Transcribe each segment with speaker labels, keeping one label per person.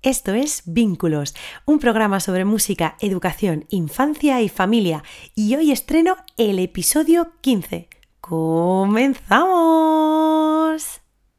Speaker 1: Esto es Vínculos, un programa sobre música, educación, infancia y familia. Y hoy estreno el episodio 15. ¡Comenzamos!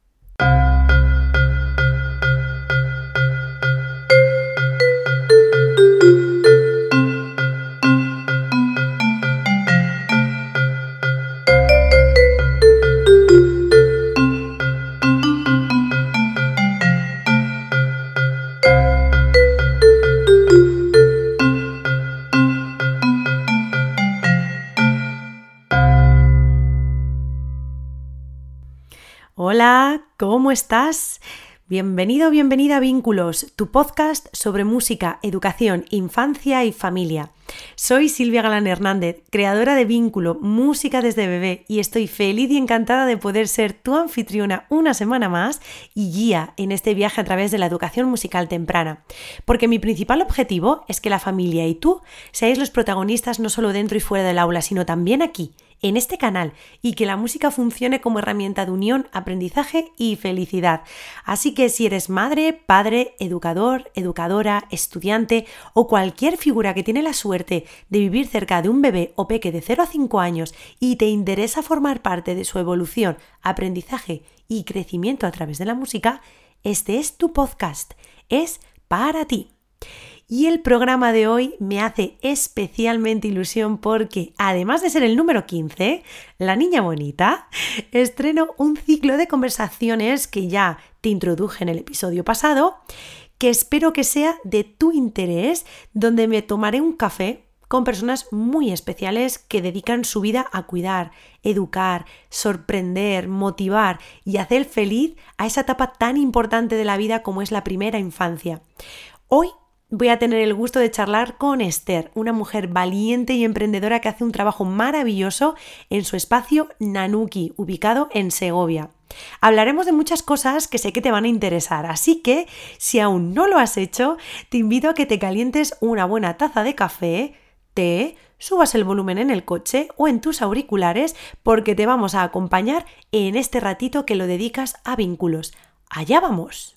Speaker 1: Hola, ¿cómo estás? Bienvenido, bienvenida a Vínculos, tu podcast sobre música, educación, infancia y familia. Soy Silvia Galán Hernández, creadora de Vínculo, música desde bebé, y estoy feliz y encantada de poder ser tu anfitriona una semana más y guía en este viaje a través de la educación musical temprana. Porque mi principal objetivo es que la familia y tú seáis los protagonistas no solo dentro y fuera del aula, sino también aquí, en este canal, y que la música funcione como herramienta de unión, aprendizaje y felicidad. Así que si eres madre, padre, educador, educadora, estudiante o cualquier figura que tiene la suerte de vivir cerca de un bebé o peque de 0 a 5 años y te interesa formar parte de su evolución, aprendizaje y crecimiento a través de la música, este es tu podcast. Es para ti. Y el programa de hoy me hace especialmente ilusión porque, además de ser el número 15, La Niña Bonita, estreno un ciclo de conversaciones que ya te introduje en el episodio pasado, que espero que sea de tu interés, donde me tomaré un café con personas muy especiales que dedican su vida a cuidar, educar, sorprender, motivar y hacer feliz a esa etapa tan importante de la vida como es la primera infancia. Hoy voy a tener el gusto de charlar con Esther, una mujer valiente y emprendedora que hace un trabajo maravilloso en su espacio Nanuki, ubicado en Segovia. Hablaremos de muchas cosas que sé que te van a interesar, así que si aún no lo has hecho, te invito a que te calientes una buena taza de café, té, subas el volumen en el coche o en tus auriculares porque te vamos a acompañar en este ratito que lo dedicas a vínculos. ¡Allá vamos!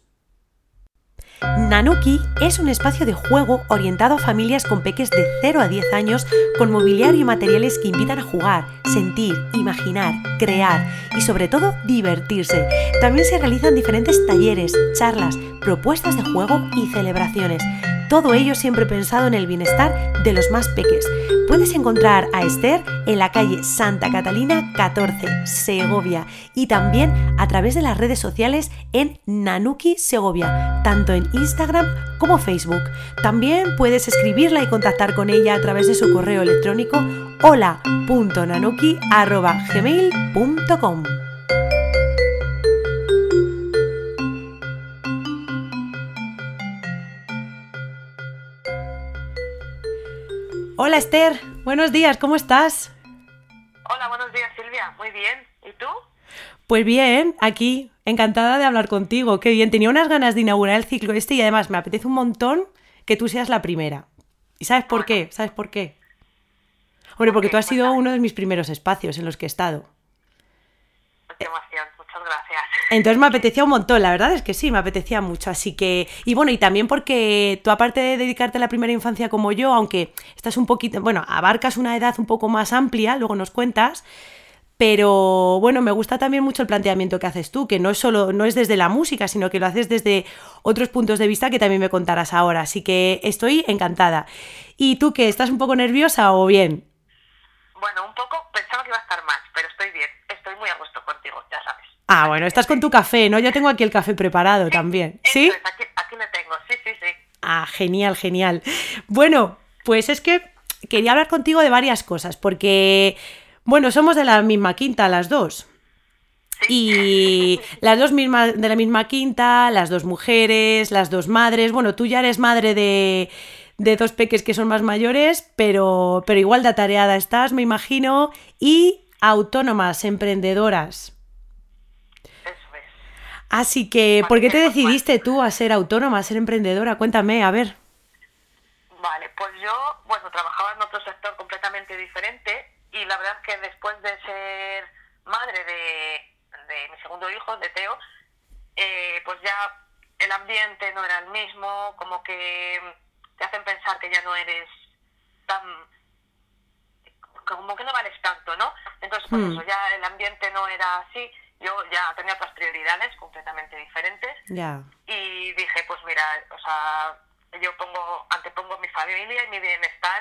Speaker 1: Nanuki es un espacio de juego orientado a familias con peques de 0 a 10 años con mobiliario y materiales que invitan a jugar, sentir, imaginar, crear y sobre todo divertirse. También se realizan diferentes talleres, charlas, propuestas de juego y celebraciones. Todo ello siempre pensado en el bienestar de los más peques. Puedes encontrar a Esther en la calle Santa Catalina 14, Segovia, y también a través de las redes sociales en Nanuki Segovia, tanto en Instagram como Facebook. También puedes escribirla y contactar con ella a través de su correo electrónico hola.nanuki@gmail.com. Hola Esther, buenos días, ¿cómo estás?
Speaker 2: Hola, buenos días Silvia, muy bien. ¿Y tú?
Speaker 1: Pues bien, aquí, encantada de hablar contigo, qué bien, tenía unas ganas de inaugurar el ciclo y además me apetece un montón que tú seas la primera. ¿Y sabes por qué? ¿Sabes por qué? Hombre, porque tú has sido
Speaker 2: Cuéntame.
Speaker 1: uno de mis primeros espacios en los que he estado.
Speaker 2: Qué emoción, muchas gracias.
Speaker 1: Entonces me apetecía un montón, la verdad es que sí, me apetecía mucho, así que... Y bueno, y también porque tú aparte de dedicarte a la primera infancia como yo, aunque estás un poquito, bueno, abarcas una edad un poco más amplia, luego nos cuentas, pero bueno, me gusta también mucho el planteamiento que haces tú, que no es solo, no es desde la música, sino que lo haces desde otros puntos de vista que también me contarás ahora, así que estoy encantada. ¿Y tú qué? ¿Estás un poco nerviosa o bien?
Speaker 2: Bueno, un poco pensaba que iba a estar más, pero estoy bien. Estoy muy a gusto contigo, ya sabes.
Speaker 1: Ah,
Speaker 2: Así
Speaker 1: bueno,
Speaker 2: que
Speaker 1: estás con tu café, ¿no? Yo tengo aquí el café preparado
Speaker 2: sí,
Speaker 1: también.
Speaker 2: eso
Speaker 1: ¿Sí?
Speaker 2: es, aquí le tengo. Sí, sí, sí.
Speaker 1: Ah, genial, genial. Bueno, pues es que quería hablar contigo de varias cosas, porque, bueno, somos de la misma quinta las dos.
Speaker 2: Sí.
Speaker 1: Y las dos mismas, de la misma quinta, las dos mujeres, las dos madres. Bueno, tú ya eres madre de dos peques que son más mayores, pero igual de atareada estás, me imagino. Y autónomas, emprendedoras.
Speaker 2: Eso es.
Speaker 1: Así que, ¿por
Speaker 2: ¿Para
Speaker 1: qué
Speaker 2: qué
Speaker 1: te
Speaker 2: decimos más?
Speaker 1: decidiste tú a ser autónoma, a ser emprendedora? Cuéntame, a ver.
Speaker 2: Vale, pues yo, bueno, trabajaba en otro sector completamente diferente y la verdad es que después de ser madre de mi segundo hijo, de Teo, pues ya el ambiente no era el mismo, como que te hacen pensar que ya no eres tan, como que no vales tanto, ¿no? Entonces, pues eso, ya el ambiente no era así, yo ya tenía otras prioridades completamente diferentes y dije, pues mira, o sea, yo antepongo mi familia y mi bienestar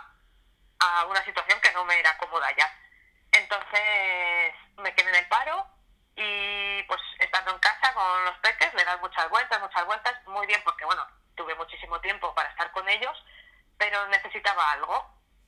Speaker 2: a una situación que no me era cómoda ya. Entonces me quedé en el paro y pues estando en casa con los peques le das muchas vueltas, muy bien porque bueno, tuve muchísimo tiempo para estar con ellos, pero necesitaba algo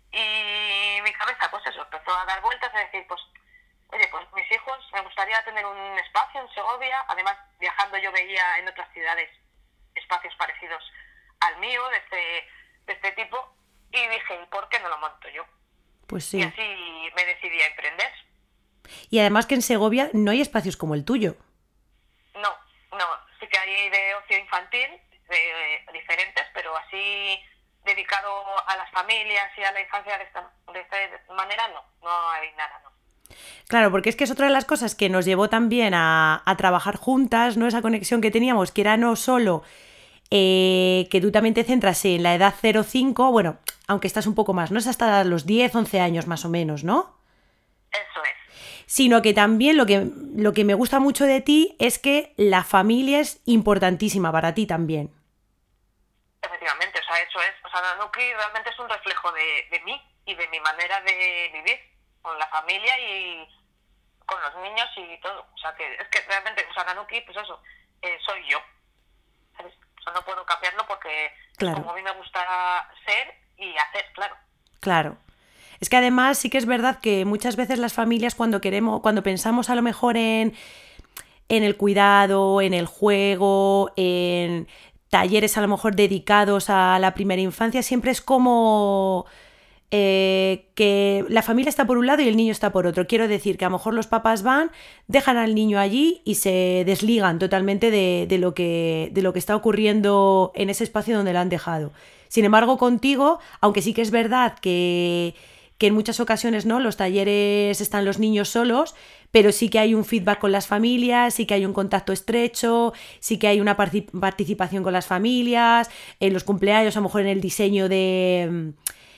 Speaker 2: y mi cabeza pues eso, empezó a dar vueltas y decir pues oye, pues mis hijos me gustaría tener un espacio en Segovia, además viajando yo veía en otras ciudades espacios parecidos al mío de este tipo y dije, ¿y por qué no lo monto yo?
Speaker 1: Pues sí.
Speaker 2: Y así me decidí a emprender.
Speaker 1: Y además que en Segovia no hay espacios como el tuyo.
Speaker 2: No, sí que hay de ocio infantil, diferentes, pero así dedicado a las familias y a la infancia de esta manera no hay nada, no.
Speaker 1: Claro, porque es que es otra de las cosas que nos llevó también a trabajar juntas, ¿no? Esa conexión que teníamos, que era no solo que tú también te centras en la edad 0-5, bueno, aunque estás un poco más, ¿no? Es hasta los 10, 11 años más o menos, ¿no?
Speaker 2: Eso es.
Speaker 1: Sino que también lo que me gusta mucho de ti es que la familia es importantísima para ti también.
Speaker 2: Efectivamente, o sea, eso es. O sea, Nanuki realmente es un reflejo de mí y de mi manera de vivir con la familia y con los niños y todo. O sea, que es que realmente, o sea, Nanuki, pues eso, soy yo. ¿Sabes? O sea, no puedo cambiarlo porque
Speaker 1: claro.
Speaker 2: como a mí me gusta ser y hacer, claro.
Speaker 1: Claro. Es que además sí que es verdad que muchas veces las familias cuando pensamos a lo mejor en el cuidado, en el juego, en talleres a lo mejor dedicados a la primera infancia, siempre es como que la familia está por un lado y el niño está por otro. Quiero decir que a lo mejor los papás van, dejan al niño allí y se desligan totalmente de lo que está ocurriendo en ese espacio donde lo han dejado. Sin embargo, contigo, aunque sí que es verdad que en muchas ocasiones, ¿no?, los talleres están los niños solos, pero sí que hay un feedback con las familias, sí que hay un contacto estrecho, sí que hay una participación con las familias, en los cumpleaños, a lo mejor en el diseño del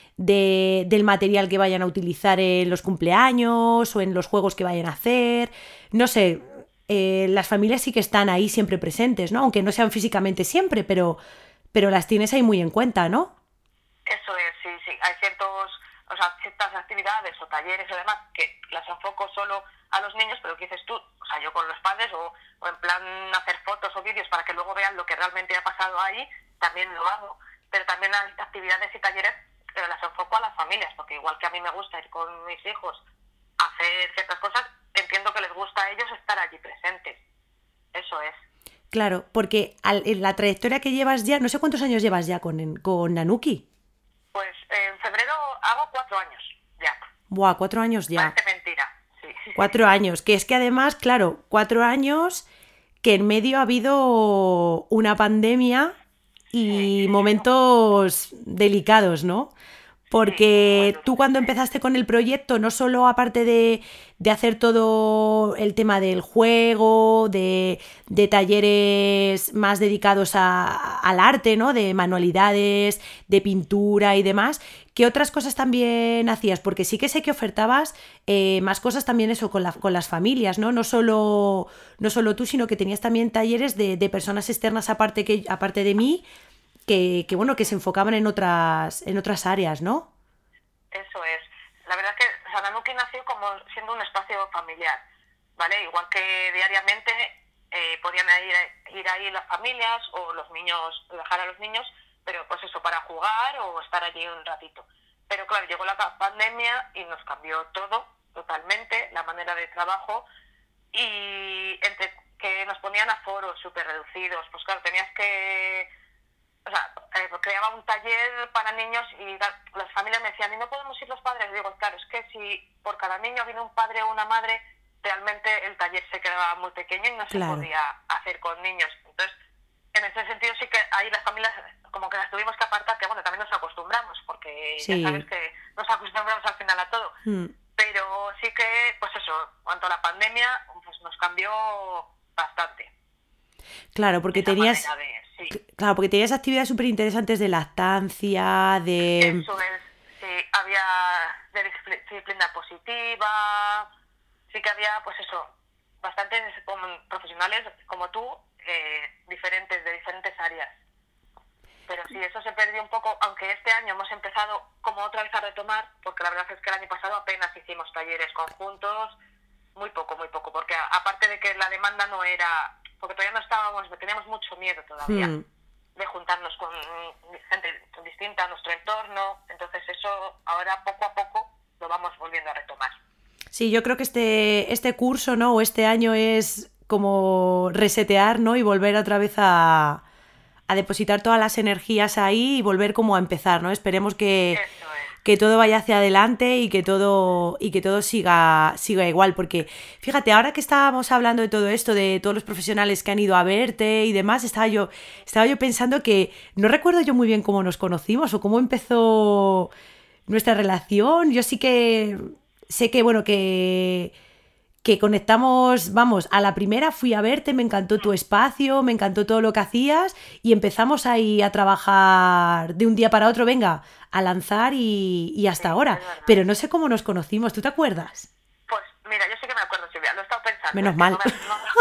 Speaker 1: material que vayan a utilizar en los cumpleaños o en los juegos que vayan a hacer. No sé, las familias sí que están ahí siempre presentes, ¿no? Aunque no sean físicamente siempre, pero las tienes ahí muy en cuenta, ¿no?
Speaker 2: Eso es, sí. Hay ciertas actividades o talleres o demás que las enfoco solo a los niños, pero que dices tú, o sea, yo con los padres o en plan hacer fotos o vídeos para que luego vean lo que realmente ha pasado ahí, también lo hago. Pero también hay actividades y talleres que las enfoco a las familias, porque igual que a mí me gusta ir con mis hijos a hacer ciertas cosas, entiendo que les gusta a ellos estar allí presentes. Eso es.
Speaker 1: Claro, porque en la trayectoria que llevas ya, no sé cuántos años llevas ya con Nanuki.
Speaker 2: Pues en febrero hago 4 años ya.
Speaker 1: Buah, 4 años ya.
Speaker 2: Parece mentira, sí.
Speaker 1: 4 años, que es que además, claro, 4 años que en medio ha habido una pandemia y momentos delicados, ¿no? Porque tú cuando empezaste con el proyecto, no solo aparte de hacer todo el tema del juego, de talleres más dedicados al arte, ¿no? De manualidades, de pintura y demás, ¿qué otras cosas también hacías? Porque sí que sé que ofertabas más cosas también eso con las familias, ¿no? No solo tú, sino que tenías también talleres de personas externas aparte de mí, que bueno, que se enfocaban en otras áreas, ¿no?
Speaker 2: Eso es. La verdad es que Nanuki nació como siendo un espacio familiar, ¿vale? Igual que diariamente podían ir ahí las familias o los niños, dejar a los niños, pero pues eso, para jugar o estar allí un ratito. Pero claro, llegó la pandemia y nos cambió todo, totalmente, la manera de trabajo, y entre que nos ponían aforos súper reducidos, pues claro, tenías que... O sea, creaba un taller para niños y las familias me decían, ¿y no podemos ir los padres? Y digo, claro, es que si por cada niño viene un padre o una madre, realmente el taller se quedaba muy pequeño y no se podía hacer con niños. Entonces, en ese sentido sí que ahí las familias como que las tuvimos que apartar, que bueno, también nos acostumbramos, porque ya sabes que nos acostumbramos al final a todo. Pero sí que, pues eso, en cuanto a la pandemia, pues nos cambió bastante.
Speaker 1: Claro, porque
Speaker 2: esa
Speaker 1: tenías,
Speaker 2: manera de... Sí,
Speaker 1: claro, porque tenías actividades súper interesantes de lactancia, de...
Speaker 2: eso es. Sí, había de disciplina positiva, sí que había, pues eso, bastantes profesionales como tú, diferentes, de diferentes áreas. Pero sí, eso se perdió un poco, aunque este año hemos empezado como otra vez a retomar, porque la verdad es que el año pasado apenas hicimos talleres conjuntos, muy poco, porque aparte de que la demanda no era, porque todavía no estábamos, teníamos mucho miedo todavía de juntarnos con gente distinta a nuestro entorno, entonces eso ahora poco a poco lo vamos volviendo a retomar.
Speaker 1: Sí, yo creo que este curso, ¿no? O este año es como resetear, ¿no? Y volver otra vez a depositar todas las energías ahí y volver como a empezar, ¿no? Esperemos
Speaker 2: Eso es.
Speaker 1: que todo vaya hacia adelante y que todo siga igual, porque fíjate, ahora que estábamos hablando de todo esto, de todos los profesionales que han ido a verte y demás, estaba yo pensando que no recuerdo yo muy bien cómo nos conocimos o cómo empezó nuestra relación. Yo sí que sé que, bueno, que conectamos, vamos, a la primera fui a verte, me encantó tu espacio, me encantó todo lo que hacías y empezamos ahí a trabajar de un día para otro, venga, a lanzar y hasta
Speaker 2: Sí,
Speaker 1: ahora.
Speaker 2: es verdad.
Speaker 1: Pero no sé cómo nos conocimos, ¿tú te acuerdas?
Speaker 2: Pues mira, yo sí que me acuerdo, Silvia, lo he estado pensando.
Speaker 1: Menos
Speaker 2: Que
Speaker 1: mal.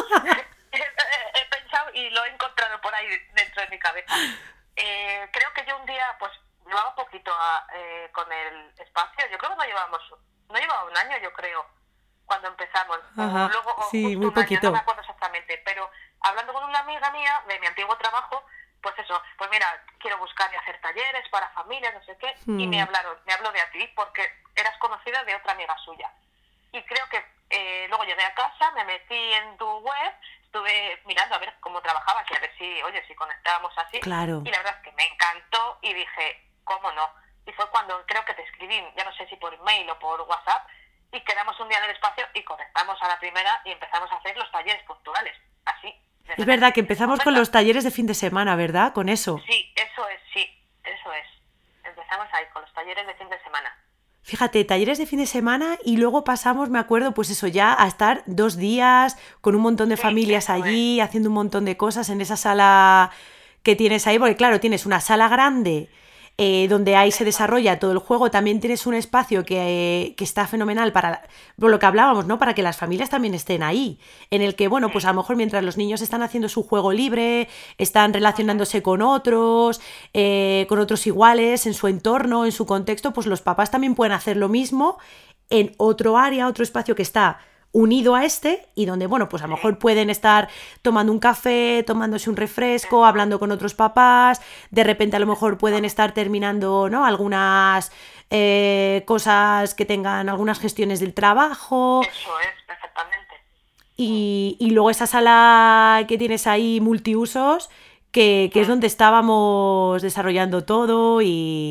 Speaker 2: he pensado y lo he encontrado por ahí dentro de mi cabeza. Creo que yo un día, pues, llevaba poquito con el espacio. Yo creo que no llevaba un año, yo creo, cuando empezamos.
Speaker 1: Ajá,
Speaker 2: O luego, o
Speaker 1: sí,
Speaker 2: justo
Speaker 1: muy
Speaker 2: un año, no me
Speaker 1: poquito.
Speaker 2: acuerdo exactamente. Pero hablando con una amiga mía de mi antiguo trabajo, pues eso, pues mira, quiero buscar y hacer talleres para familias, no sé qué. Y me habló de a ti, porque eras conocida de otra amiga suya. Y creo que luego llegué a casa, me metí en tu web, estuve mirando a ver cómo trabajabas y a ver si conectábamos así.
Speaker 1: Claro.
Speaker 2: Y la verdad es que me encantó y dije, ¿cómo no? Y fue cuando creo que te escribí, ya no sé si por email o por WhatsApp, y quedamos un día en el espacio y conectamos a la primera y empezamos a hacer los talleres puntuales. Así.
Speaker 1: Es verdad que empezamos con los talleres de fin de semana, ¿verdad? Con eso.
Speaker 2: Sí, eso es. Empezamos ahí, con los talleres de fin de semana.
Speaker 1: Fíjate, talleres de fin de semana y luego pasamos, me acuerdo, pues eso ya, a estar 2 días con un montón de
Speaker 2: Sí,
Speaker 1: familias
Speaker 2: eso
Speaker 1: allí, haciendo un montón de cosas en esa sala que tienes ahí, porque claro, tienes una sala grande donde ahí se
Speaker 2: Eso es.
Speaker 1: desarrolla todo el juego, también tienes un espacio que está fenomenal para por lo que hablábamos, ¿no? Para que las familias también estén ahí, en el que, bueno, pues a lo mejor mientras los niños están haciendo su juego libre, están relacionándose con otros iguales, en su entorno, en su contexto, pues los papás también pueden hacer lo mismo en otro área, otro espacio que está unido a este y donde, bueno, pues a lo mejor pueden estar tomando un café, tomándose un refresco, hablando con otros papás, de repente a lo mejor pueden estar terminando, ¿no? Algunas cosas que tengan, algunas gestiones del trabajo
Speaker 2: Eso es, perfectamente.
Speaker 1: y luego esa sala que tienes ahí multiusos que es donde estábamos desarrollando todo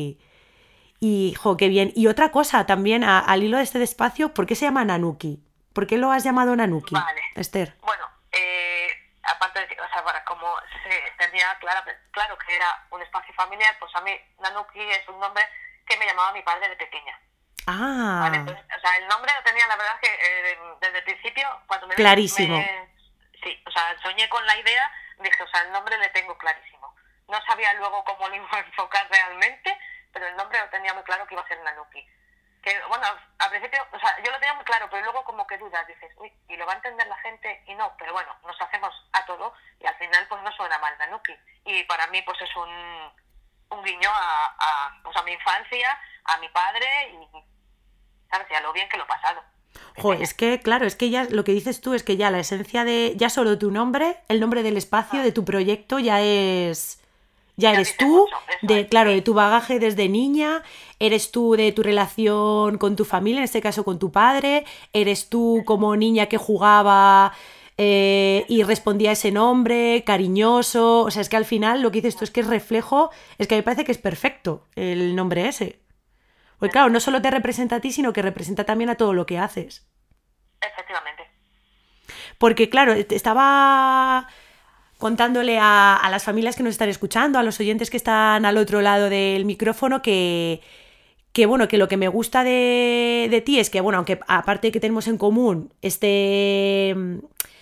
Speaker 1: jo, qué bien. Y otra cosa también, al hilo de este espacio, ¿por qué se llama Nanuki? ¿Por qué lo has llamado Nanuki,
Speaker 2: Vale.
Speaker 1: Esther?
Speaker 2: Bueno, aparte de que, o sea, como se tenía claro que era un espacio familiar, pues a mí Nanuki es un nombre que me llamaba mi padre de pequeña.
Speaker 1: Ah,
Speaker 2: ¿Vale? Entonces, o sea, el nombre lo tenía, la verdad, que desde el principio, cuando
Speaker 1: clarísimo.
Speaker 2: sí, o sea, soñé con la idea, dije, o sea, el nombre le tengo clarísimo. No sabía luego cómo lo iba a enfocar realmente, pero el nombre lo tenía muy claro que iba a ser Nanuki. Que, bueno, al principio, o sea, yo lo tenía muy claro, pero luego como que dudas, dices, uy, y lo va a entender la gente y no, pero bueno, nos hacemos a todo y al final pues no suena mal Nanuki. Y para mí pues es un guiño pues a mi infancia, a mi padre y, ¿sabes? Y a lo bien que lo he pasado.
Speaker 1: Joder, es que, claro, es que ya lo que dices tú es que ya la esencia de, ya solo tu nombre, el nombre del espacio, de tu proyecto, ya eres... Ya eres
Speaker 2: dice
Speaker 1: tú,
Speaker 2: mucho, eso
Speaker 1: de,
Speaker 2: es,
Speaker 1: claro,
Speaker 2: sí.
Speaker 1: de tu bagaje desde niña, eres tú de tu relación con tu familia, en este caso con tu padre, eres tú como niña que jugaba y respondía a ese nombre, cariñoso, o sea, es que al final lo que dices tú es que es reflejo, es que me parece que es perfecto el nombre ese. Porque claro, no solo te representa a ti, sino que representa también a todo lo que haces.
Speaker 2: Efectivamente.
Speaker 1: Porque claro, estaba contándole a las familias que nos están escuchando, a los oyentes que están al otro lado del micrófono, bueno, que lo que me gusta de ti es que, bueno, aunque aparte de que tenemos en común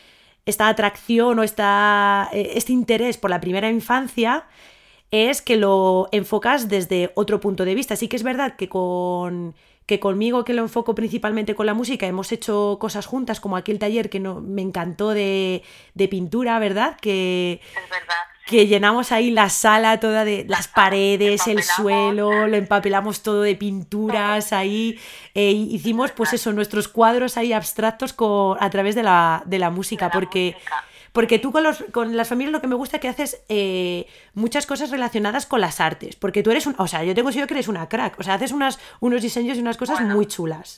Speaker 1: esta atracción o este interés por la primera infancia es que lo enfocas desde otro punto de vista. Sí que es verdad que conmigo, que lo enfoco principalmente con la música, hemos hecho cosas juntas, como aquel taller que me encantó de pintura, ¿verdad?
Speaker 2: Es verdad.
Speaker 1: Que llenamos ahí la sala toda de las paredes, el suelo, lo empapelamos todo de pinturas ahí, hicimos pues eso, nuestros cuadros ahí abstractos a través de la música, porque tú con las familias lo que me gusta es que haces muchas cosas relacionadas con las artes, porque tú eres o sea, yo tengo considero que eres una crack, o sea, haces unos diseños y unas cosas muy chulas.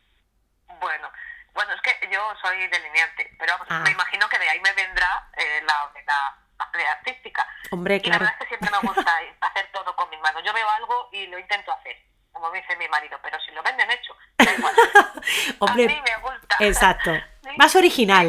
Speaker 2: Bueno, es que yo soy delineante, pero me imagino que de ahí me vendrá la artística.
Speaker 1: Hombre, claro.
Speaker 2: Y la verdad es que siempre me gusta hacer todo con mis manos. Yo veo algo y lo intento hacer, como dice mi marido, pero si lo venden hecho, da igual.
Speaker 1: Hombre,
Speaker 2: a mí me gusta.
Speaker 1: Exacto. ¿Sí? Más original.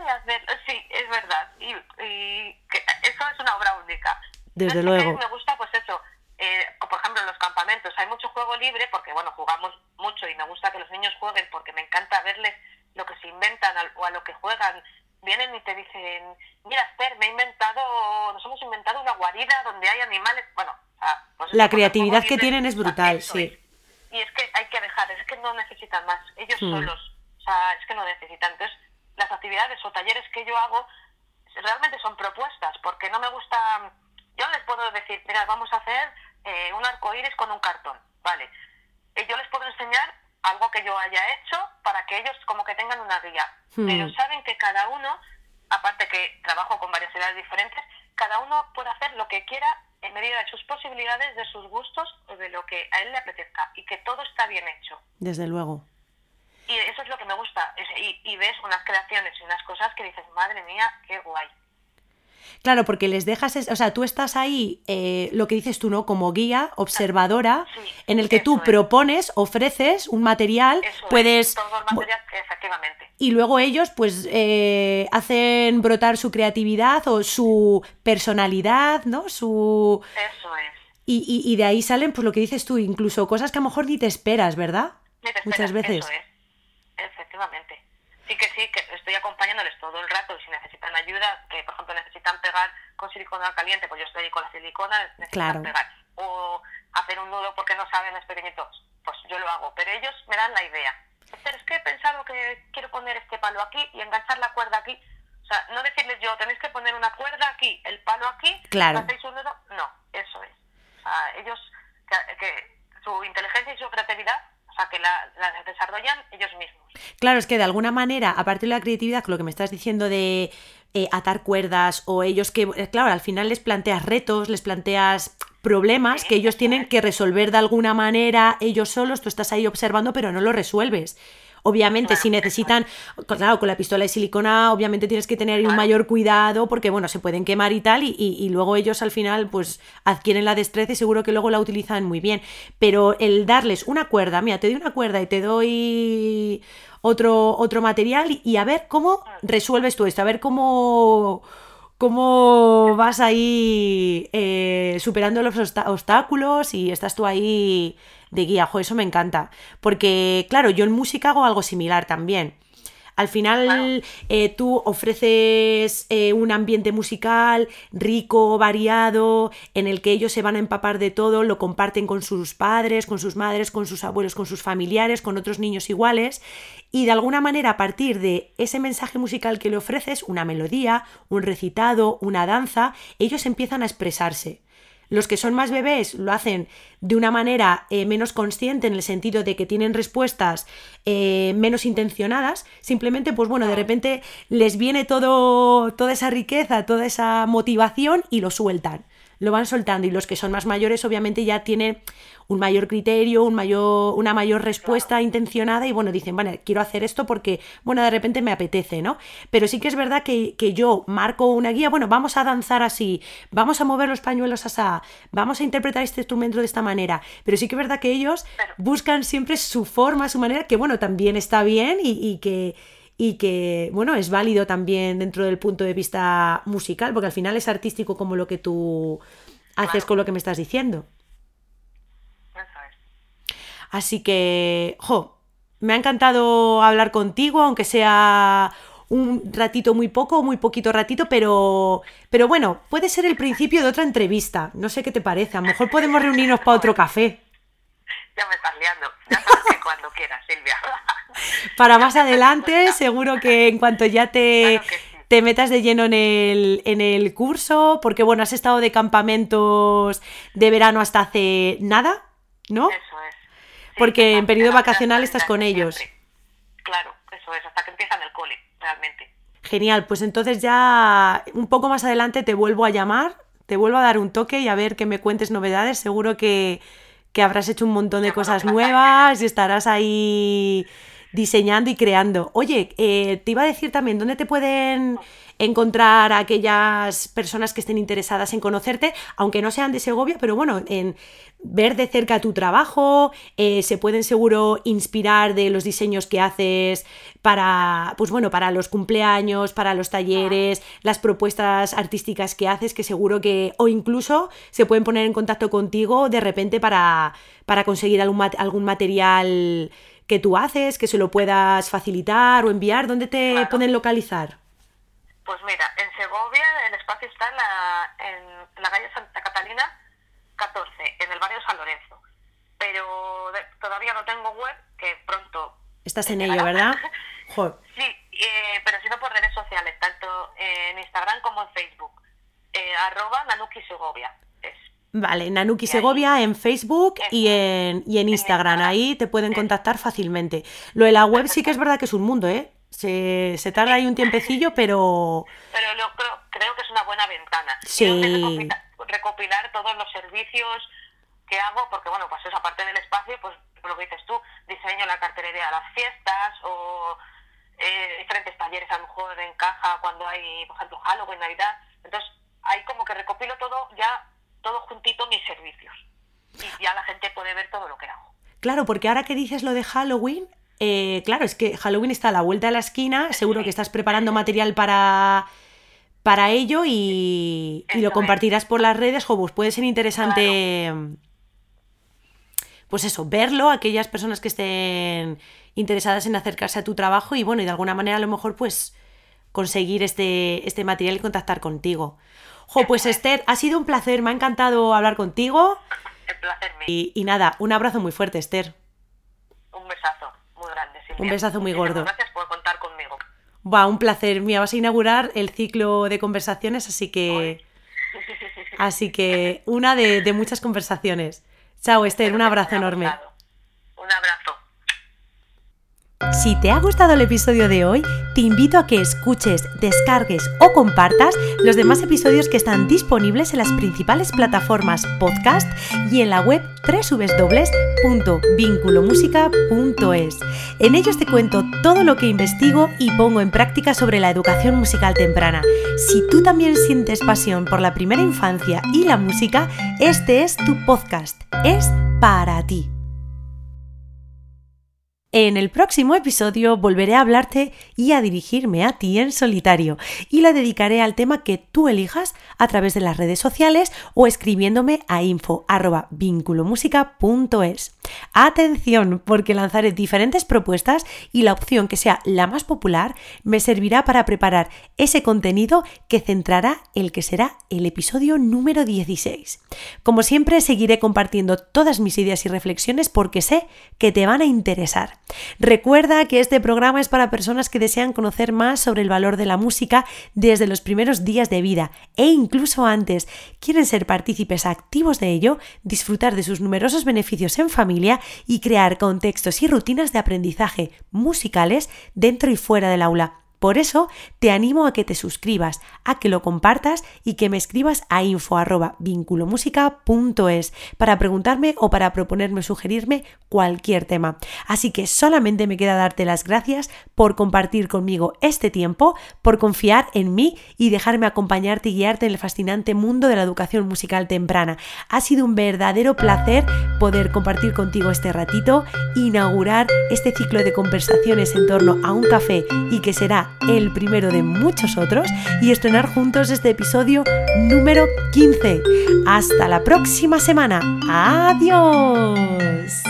Speaker 2: Sí, es verdad. Y que eso es una obra única.
Speaker 1: Desde luego.
Speaker 2: Me gusta, pues eso, por ejemplo, en los campamentos hay mucho juego libre, porque bueno, jugamos mucho y me gusta que los niños jueguen, porque me encanta verles lo que se inventan o a lo que juegan. Vienen y te dicen, mira Esther, nos hemos inventado una guarida donde hay animales. Bueno, pues
Speaker 1: la creatividad que tienen es brutal, sí.
Speaker 2: Y es que hay que dejar, es que no necesitan más, ellos solos, es que no necesitan. Entonces, las actividades o talleres que yo hago realmente son propuestas, porque no me gusta, yo les puedo decir, mira, vamos a hacer un arcoíris con un cartón, ¿vale? Yo les puedo enseñar algo que yo haya hecho para que ellos como que tengan una guía, pero saben que cada uno, aparte que trabajo con varias edades diferentes, cada uno puede hacer lo que quiera en medida de sus posibilidades, de sus gustos o de lo que a él le apetezca, y que todo está bien hecho.
Speaker 1: Desde luego.
Speaker 2: Y eso es lo que me gusta, y ves unas creaciones y unas cosas que dices, madre mía, qué guay.
Speaker 1: Claro, porque les dejas, o sea, tú estás ahí, lo que dices tú, ¿no? Como guía, observadora, en el que tú propones, ofreces un material, puedes...
Speaker 2: Todo el material, efectivamente.
Speaker 1: Y luego ellos, pues, hacen brotar su creatividad o su personalidad, ¿no?
Speaker 2: Eso es.
Speaker 1: Y de ahí salen, pues, lo que dices tú, incluso cosas que a lo mejor ni te esperas, ¿verdad? Muchas veces.
Speaker 2: Eso es, efectivamente. Sí, que estoy acompañándoles todo el rato, y si necesitan ayuda, que por ejemplo necesitan pegar con silicona caliente, pues yo estoy ahí con la silicona, necesitan pegar. O hacer un nudo porque no saben los pequeñitos, pues yo lo hago, pero ellos me dan la idea. Pero es que he pensado que quiero poner este palo aquí y enganchar la cuerda aquí. O sea, no decirles yo, tenéis que poner una cuerda aquí, el palo aquí, hacéis un nudo. No, eso es. O sea, ellos, que su inteligencia y su creatividad, o sea, que la desarrollan ellos mismos.
Speaker 1: Claro, es que de alguna manera, aparte de la creatividad, con lo que me estás diciendo de atar cuerdas, o ellos que, claro, al final les planteas retos, les planteas problemas que ellos tienen que resolver de alguna manera ellos solos, tú estás ahí observando, pero no lo resuelves. Obviamente, si necesitan, claro, con la pistola de silicona, obviamente tienes que tener un mayor cuidado porque, bueno, se pueden quemar y tal, y luego ellos al final, pues, adquieren la destreza y seguro que luego la utilizan muy bien. Pero el darles una cuerda, mira, te doy una cuerda y te doy otro material y a ver cómo resuelves tú esto, a ver cómo vas ahí superando los obstáculos y estás tú ahí de guía. Jo, eso me encanta. Porque, claro, yo en música hago algo similar también. Al final tú ofreces un ambiente musical rico, variado, en el que ellos se van a empapar de todo, lo comparten con sus padres, con sus madres, con sus abuelos, con sus familiares, con otros niños iguales, y de alguna manera a partir de ese mensaje musical que le ofreces, una melodía, un recitado, una danza, ellos empiezan a expresarse. Los que son más bebés lo hacen de una manera menos consciente, en el sentido de que tienen respuestas menos intencionadas, simplemente, pues bueno, de repente les viene toda esa riqueza, toda esa motivación y lo sueltan, lo van soltando, y los que son más mayores obviamente ya tienen un mayor criterio, una mayor respuesta intencionada y bueno, dicen, vale, quiero hacer esto porque, bueno, de repente me apetece, ¿no? Pero sí que es verdad que yo marco una guía, bueno, vamos a danzar así, vamos a mover los pañuelos así, vamos a interpretar este instrumento de esta manera, pero sí que es verdad que ellos buscan siempre su forma, su manera, que bueno, también está bien y que, bueno, es válido también dentro del punto de vista musical, porque al final es artístico como lo que tú haces con lo que me estás diciendo. Así que, me ha encantado hablar contigo, aunque sea un ratito muy poco o muy poquito ratito, pero bueno, puede ser el principio de otra entrevista. No sé qué te parece, a lo mejor podemos reunirnos para otro café.
Speaker 2: Ya me estás liando, ya sabes que cuando quieras, Silvia.
Speaker 1: Para más adelante, seguro que en cuanto ya
Speaker 2: Claro que sí.
Speaker 1: te metas de lleno en el curso, porque bueno, has estado de campamentos de verano hasta hace nada, ¿no?
Speaker 2: Eso es. Sí,
Speaker 1: Porque en periodo
Speaker 2: hasta
Speaker 1: vacacional
Speaker 2: hasta
Speaker 1: estás con ellos.
Speaker 2: siempre. Claro, eso es, hasta que empiezan el cole, realmente.
Speaker 1: Genial, pues entonces ya un poco más adelante te vuelvo a llamar, te vuelvo a dar un toque y a ver que me cuentes novedades. Seguro que habrás hecho un montón de cosas nuevas y estarás ahí diseñando y creando. Oye, te iba a decir también, ¿dónde te pueden encontrar a aquellas personas que estén interesadas en conocerte, aunque no sean de Segovia, pero bueno, en ver de cerca tu trabajo, se pueden seguro inspirar de los diseños que haces para, pues bueno, para los cumpleaños, para los talleres, las propuestas artísticas que haces, que seguro que, o incluso se pueden poner en contacto contigo de repente para conseguir algún material que tú haces, que se lo puedas facilitar o enviar. ¿Dónde te pueden localizar?
Speaker 2: Pues mira, en Segovia el espacio está en la calle Santa Catalina 14, en el barrio San Lorenzo. Pero todavía no tengo web, que pronto...
Speaker 1: Estás en ello, ¿verdad? Joder.
Speaker 2: Sí, pero si no por redes sociales, tanto en Instagram como en Facebook. @nanukisegovia.
Speaker 1: Vale, Nanuki Segovia en Facebook y en Instagram. Ahí te pueden contactar fácilmente. Lo de la web sí que es verdad que es un mundo, ¿eh? Se tarda ahí un tiempecillo, pero...
Speaker 2: Pero creo que es una buena ventana.
Speaker 1: Sí.
Speaker 2: Recopilar todos los servicios que hago, porque bueno, pues eso, aparte del espacio, pues lo que dices tú, diseño la cartelería de las fiestas o diferentes talleres a lo mejor en caja cuando hay, por ejemplo, Halloween, Navidad. Entonces, ahí como que recopilo todo juntito mis servicios. Y ya la gente puede ver todo lo que hago.
Speaker 1: Claro, porque ahora que dices lo de Halloween, claro, es que Halloween está a la vuelta de la esquina, seguro que estás preparando material para ello y lo compartirás por las redes. Pues puede ser interesante, claro. Pues eso, verlo, aquellas personas que estén interesadas en acercarse a tu trabajo y bueno, y de alguna manera a lo mejor pues conseguir este material y contactar contigo. Pues Esther, ha sido un placer, me ha encantado hablar contigo.
Speaker 2: El placer mío.
Speaker 1: Y nada, un abrazo muy fuerte, Esther.
Speaker 2: Un besazo muy grande, Silvia.
Speaker 1: Un besazo muy gordo.
Speaker 2: Gracias por contar conmigo.
Speaker 1: Un placer. Mira, vas a inaugurar el ciclo de conversaciones, así que una de muchas conversaciones. Chao, Esther, un abrazo enorme.
Speaker 2: Un abrazo.
Speaker 1: Si te ha gustado el episodio de hoy, te invito a que escuches, descargues o compartas los demás episodios que están disponibles en las principales plataformas podcast y en la web www.vinculomusica.es. En ellos te cuento todo lo que investigo y pongo en práctica sobre la educación musical temprana. Si tú también sientes pasión por la primera infancia y la música, este es tu podcast. Es para ti. En el próximo episodio volveré a hablarte y a dirigirme a ti en solitario y la dedicaré al tema que tú elijas a través de las redes sociales o escribiéndome a info@vinculomusica.es. Atención, porque lanzaré diferentes propuestas y la opción que sea la más popular me servirá para preparar ese contenido que centrará el que será el episodio número 16. Como siempre, seguiré compartiendo todas mis ideas y reflexiones porque sé que te van a interesar. Recuerda que este programa es para personas que desean conocer más sobre el valor de la música desde los primeros días de vida e incluso antes. Quieren ser partícipes activos de ello, disfrutar de sus numerosos beneficios en familia y crear contextos y rutinas de aprendizaje musicales dentro y fuera del aula. Por eso te animo a que te suscribas, a que lo compartas y que me escribas a info@vinculomusica.es para preguntarme o para proponerme o sugerirme cualquier tema. Así que solamente me queda darte las gracias por compartir conmigo este tiempo, por confiar en mí y dejarme acompañarte y guiarte en el fascinante mundo de la educación musical temprana. Ha sido un verdadero placer poder compartir contigo este ratito, inaugurar este ciclo de conversaciones en torno a un café y que será el primero de muchos otros y estrenar juntos este episodio número 15. Hasta la próxima semana. ¡Adiós!